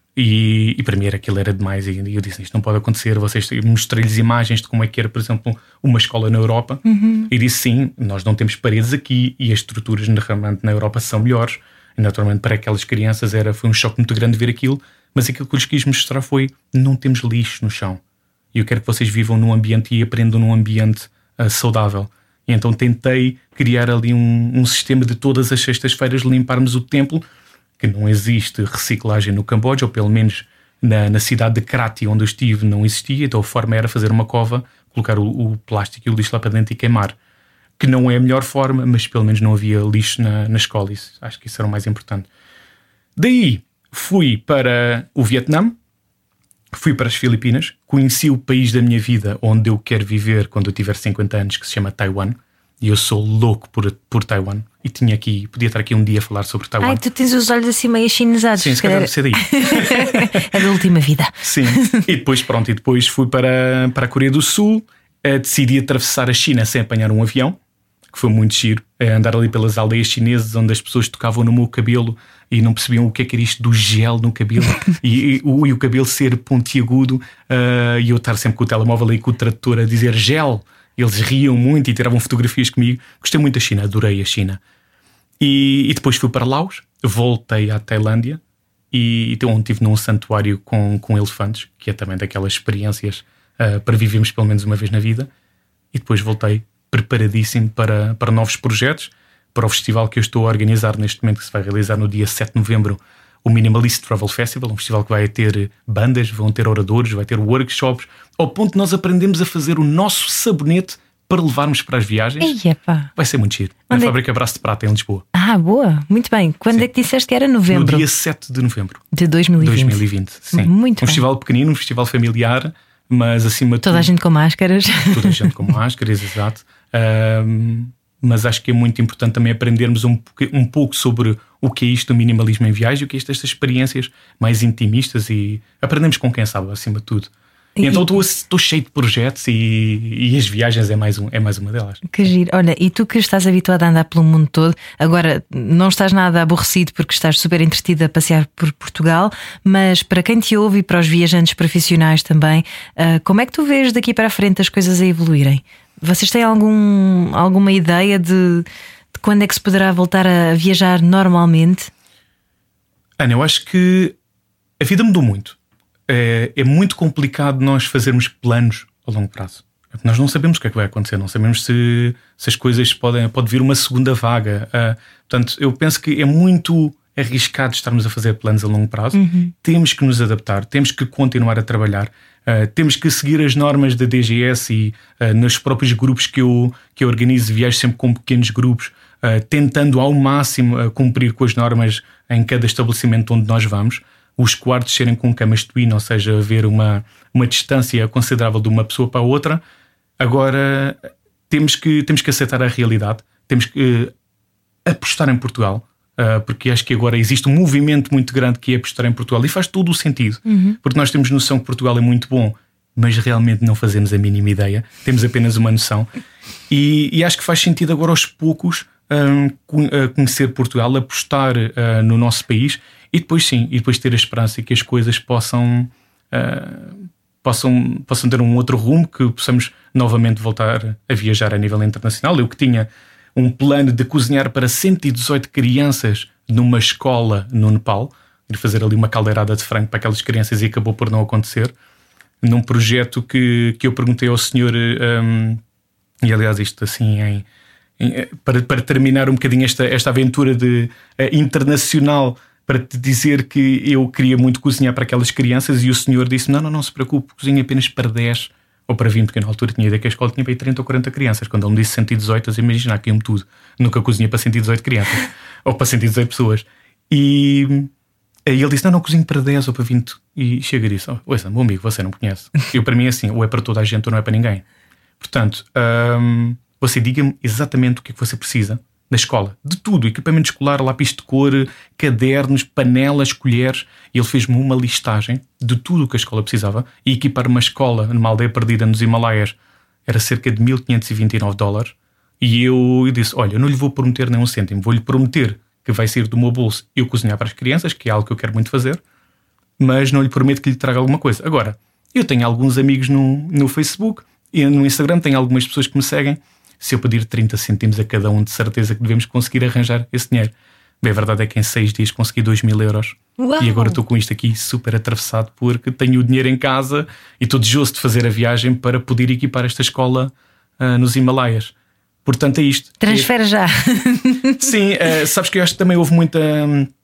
e, e para mim era, aquilo era demais e eu disse, isto não pode acontecer. Vocês mostrei-lhes imagens de como é que era, por exemplo, uma escola na Europa uhum. e disse sim, nós não temos paredes aqui e as estruturas realmente na Europa são melhores. E naturalmente para aquelas crianças era, foi um choque muito grande ver aquilo, mas aquilo que eu lhes quis mostrar foi, não temos lixo no chão e eu quero que vocês vivam num ambiente e aprendam num ambiente uh, saudável. E então tentei criar ali um, um sistema de todas as sextas-feiras limparmos o templo, que não existe reciclagem no Camboja, ou pelo menos na, na cidade de Kratie onde eu estive não existia, então a forma era fazer uma cova colocar o, o plástico e o lixo lá para dentro e queimar. Que não é a melhor forma, mas pelo menos não havia lixo na, na escola. Isso, acho que isso era o mais importante. Daí fui para o Vietnã, fui para as Filipinas, conheci o país da minha vida onde eu quero viver quando eu tiver cinquenta anos, que se chama Taiwan. E eu sou louco por, por Taiwan. E tinha aqui, podia estar aqui um dia a falar sobre Taiwan. Ai, tu tens os olhos assim meio chinesados. Sim, se calhar deve ser daí. É da última vida. Sim, e depois pronto, e depois fui para, para a Coreia do Sul. uh, Decidi atravessar a China sem apanhar um avião, que foi muito giro. uh, Andar ali pelas aldeias chinesas onde as pessoas tocavam no meu cabelo e não percebiam o que é que era isto do gel no cabelo. e, e, o, e o cabelo ser pontiagudo, uh, e eu estar sempre com o telemóvel aí com o tradutor a dizer gel. Eles riam muito e tiravam fotografias comigo. Gostei muito da China, adorei a China. E, e depois fui para Laos, voltei à Tailândia e então estive num santuário com, com elefantes, que é também daquelas experiências uh, para vivermos pelo menos uma vez na vida. E depois voltei preparadíssimo para, para novos projetos, para o festival que eu estou a organizar neste momento, que se vai realizar no dia sete de novembro, o Minimalist Travel Festival, um festival que vai ter bandas, vão ter oradores, vai ter workshops, ao ponto de nós aprendemos a fazer o nosso sabonete para levarmos para as viagens. Epa. Vai ser muito giro. Na Onde é fábrica Braço de Prata, em Lisboa. Ah, boa, muito bem. Quando Sim. é que disseste que era? Novembro? No dia sete de novembro De dois mil e vinte. dois mil e vinte, sim. Muito um bem. festival pequenino, um festival familiar, mas acima de Toda tudo, a gente com máscaras. toda a gente com máscaras, exato. Um, mas acho que é muito importante também aprendermos um, um pouco sobre o que é isto do minimalismo em viagem, o que é isto destas experiências mais intimistas, e aprendemos com quem sabe, acima de tudo. E então estou cheio de projetos e, e as viagens é mais, um, é mais uma delas. Que giro. Olha, e tu que estás habituado a andar pelo mundo todo, agora não estás nada aborrecido porque estás super entretido a passear por Portugal, mas para quem te ouve e para os viajantes profissionais também, uh, como é que tu vês daqui para a frente as coisas a evoluírem? Vocês têm algum, alguma ideia de, de quando é que se poderá voltar a viajar normalmente? Ana, eu acho que a vida mudou muito. É, é muito complicado nós fazermos planos a longo prazo. Nós não sabemos o que é que vai acontecer, não sabemos se, se as coisas podem pode vir uma segunda vaga. Uh, portanto, eu penso que é muito arriscado estarmos a fazer planos a longo prazo. Uhum. Temos que nos adaptar, temos que continuar a trabalhar. Uh, temos que seguir as normas da D G S e uh, nos próprios grupos que eu, que eu organizo, viajo sempre com pequenos grupos, uh, tentando ao máximo uh, cumprir com as normas em cada estabelecimento onde nós vamos. Os quartos serem com camas twin, ou seja, haver uma, uma distância considerável de uma pessoa para a outra. Agora temos que, temos que aceitar a realidade, temos que uh, apostar em Portugal. Uh, porque acho que agora existe um movimento muito grande que é apostar em Portugal, e faz todo o sentido, uhum. porque nós temos noção que Portugal é muito bom, mas realmente não fazemos a mínima ideia, temos apenas uma noção, e, e acho que faz sentido agora aos poucos um, conhecer Portugal, apostar uh, no nosso país, e depois sim, e depois ter a esperança que as coisas possam, uh, possam, possam ter um outro rumo, que possamos novamente voltar a viajar a nível internacional. Eu que tinha um plano de cozinhar para cento e dezoito crianças numa escola no Nepal, ir fazer ali uma caldeirada de frango para aquelas crianças, e acabou por não acontecer, num projeto que, que eu perguntei ao senhor, um, e aliás isto assim em, em, para, para terminar um bocadinho esta, esta aventura de, uh, internacional, para te dizer que eu queria muito cozinhar para aquelas crianças, e o senhor disse, não, não, não se preocupe, cozinha apenas para dez ou para vinte, porque na altura tinha ideia que a escola tinha para trinta ou quarenta crianças. Quando ele me disse cento e dezoito, eu imaginar que iam tudo. Nunca cozinhei para cento e dezoito crianças ou para cento e dezoito pessoas. E aí ele disse, não, não cozinho para dez ou para vinte. E chega e disse, ouça, meu amigo, você não me conhece. Eu, para mim é assim, ou é para toda a gente ou não é para ninguém. Portanto, hum, você diga-me exatamente o que é que você precisa na escola, de tudo, equipamento escolar, lápis de cor, cadernos, panelas, colheres. E ele fez-me uma listagem de tudo o que a escola precisava, e equipar uma escola numa aldeia perdida nos Himalaias era cerca de mil quinhentos e vinte e nove dólares. E eu, eu disse, olha, eu não lhe vou prometer nem um cêntimo, vou-lhe prometer que vai sair do meu bolso eu cozinhar para as crianças, que é algo que eu quero muito fazer, mas não lhe prometo que lhe traga alguma coisa. Agora, eu tenho alguns amigos no, no Facebook e no Instagram, tenho algumas pessoas que me seguem. Se eu pedir trinta cêntimos a cada um, de certeza que devemos conseguir arranjar esse dinheiro. Bem, a verdade é que em seis dias consegui dois mil euros. Uau. E agora estou com isto aqui super atravessado, porque tenho o dinheiro em casa e estou desejoso de fazer a viagem para poder equipar esta escola uh, nos Himalaias. Portanto é isto. Transfere é... já. Sim, uh, sabes que eu acho que também houve muita,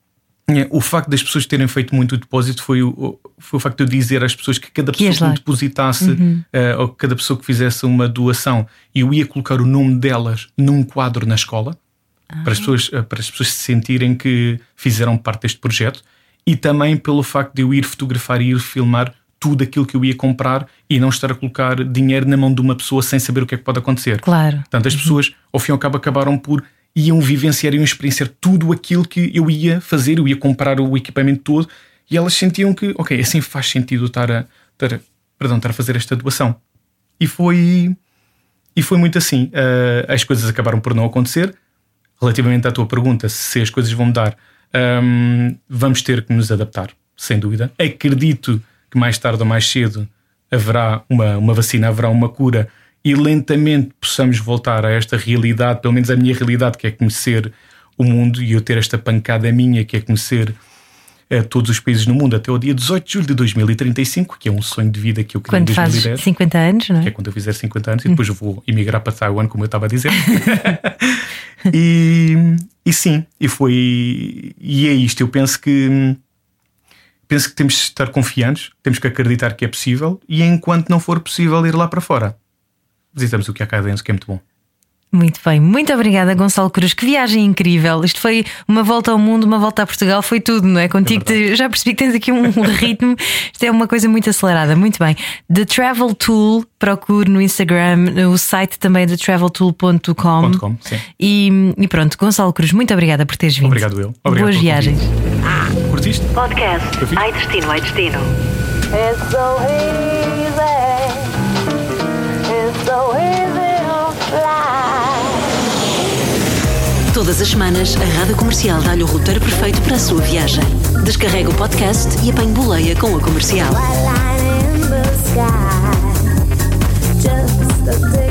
O facto das pessoas terem feito muito o depósito foi o, foi o facto de eu dizer às pessoas que cada pessoa que, que me depositasse uhum. uh, ou cada pessoa que fizesse uma doação, eu ia colocar o nome delas num quadro na escola ah. para, as pessoas, uh, para as pessoas se sentirem que fizeram parte deste projeto, e também pelo facto de eu ir fotografar e ir filmar tudo aquilo que eu ia comprar e não estar a colocar dinheiro na mão de uma pessoa sem saber o que é que pode acontecer. Claro. Portanto, as uhum. pessoas ao fim e ao cabo acabaram por iam vivenciar e iam experienciar tudo aquilo que eu ia fazer, eu ia comprar o equipamento todo, e elas sentiam que, ok, assim faz sentido estar a, estar a, perdão, estar a fazer esta doação. E foi, e foi muito assim. Uh, as coisas acabaram por não acontecer. Relativamente à tua pergunta, se as coisas vão mudar, um, vamos ter que nos adaptar, sem dúvida. Acredito que mais tarde ou mais cedo haverá uma, uma vacina, haverá uma cura, e lentamente possamos voltar a esta realidade, pelo menos a minha realidade, que é conhecer o mundo, e eu ter esta pancada minha, que é conhecer uh, todos os países no mundo até o dia dezoito de julho de dois mil e trinta e cinco, que é um sonho de vida que eu queria em dois mil e dez. Quando fazes cinquenta anos, não é? Que é quando eu fizer cinquenta anos, e depois eu vou emigrar para Taiwan, como eu estava a dizer. e, e sim, e foi e é isto. Eu penso que penso que temos de estar confiantes, temos que acreditar que é possível, e enquanto não for possível ir lá para fora, visitamos o que há cá dentro, que é muito bom. Muito bem, muito obrigada, Gonçalo Cruz. Que viagem incrível. Isto foi uma volta ao mundo, uma volta a Portugal, foi tudo, não é? Contigo é te, já percebi que tens aqui um ritmo. Isto é uma coisa muito acelerada. Muito bem. The Travel Tool, procure no Instagram, o site também é the travel tool ponto com. .com, sim. E, e pronto, Gonçalo Cruz, muito obrigada por teres vindo. Obrigado eu. Obrigado. Boas viagens. Ah, curtiste? Podcast Ai Destino, Ai Destino. It's so easy. It's so easy to fly. Todas as semanas, a Rádio Comercial dá-lhe o roteiro perfeito para a sua viagem. Descarrega o podcast e apanhe boleia com a Comercial. White line in the sky. Just a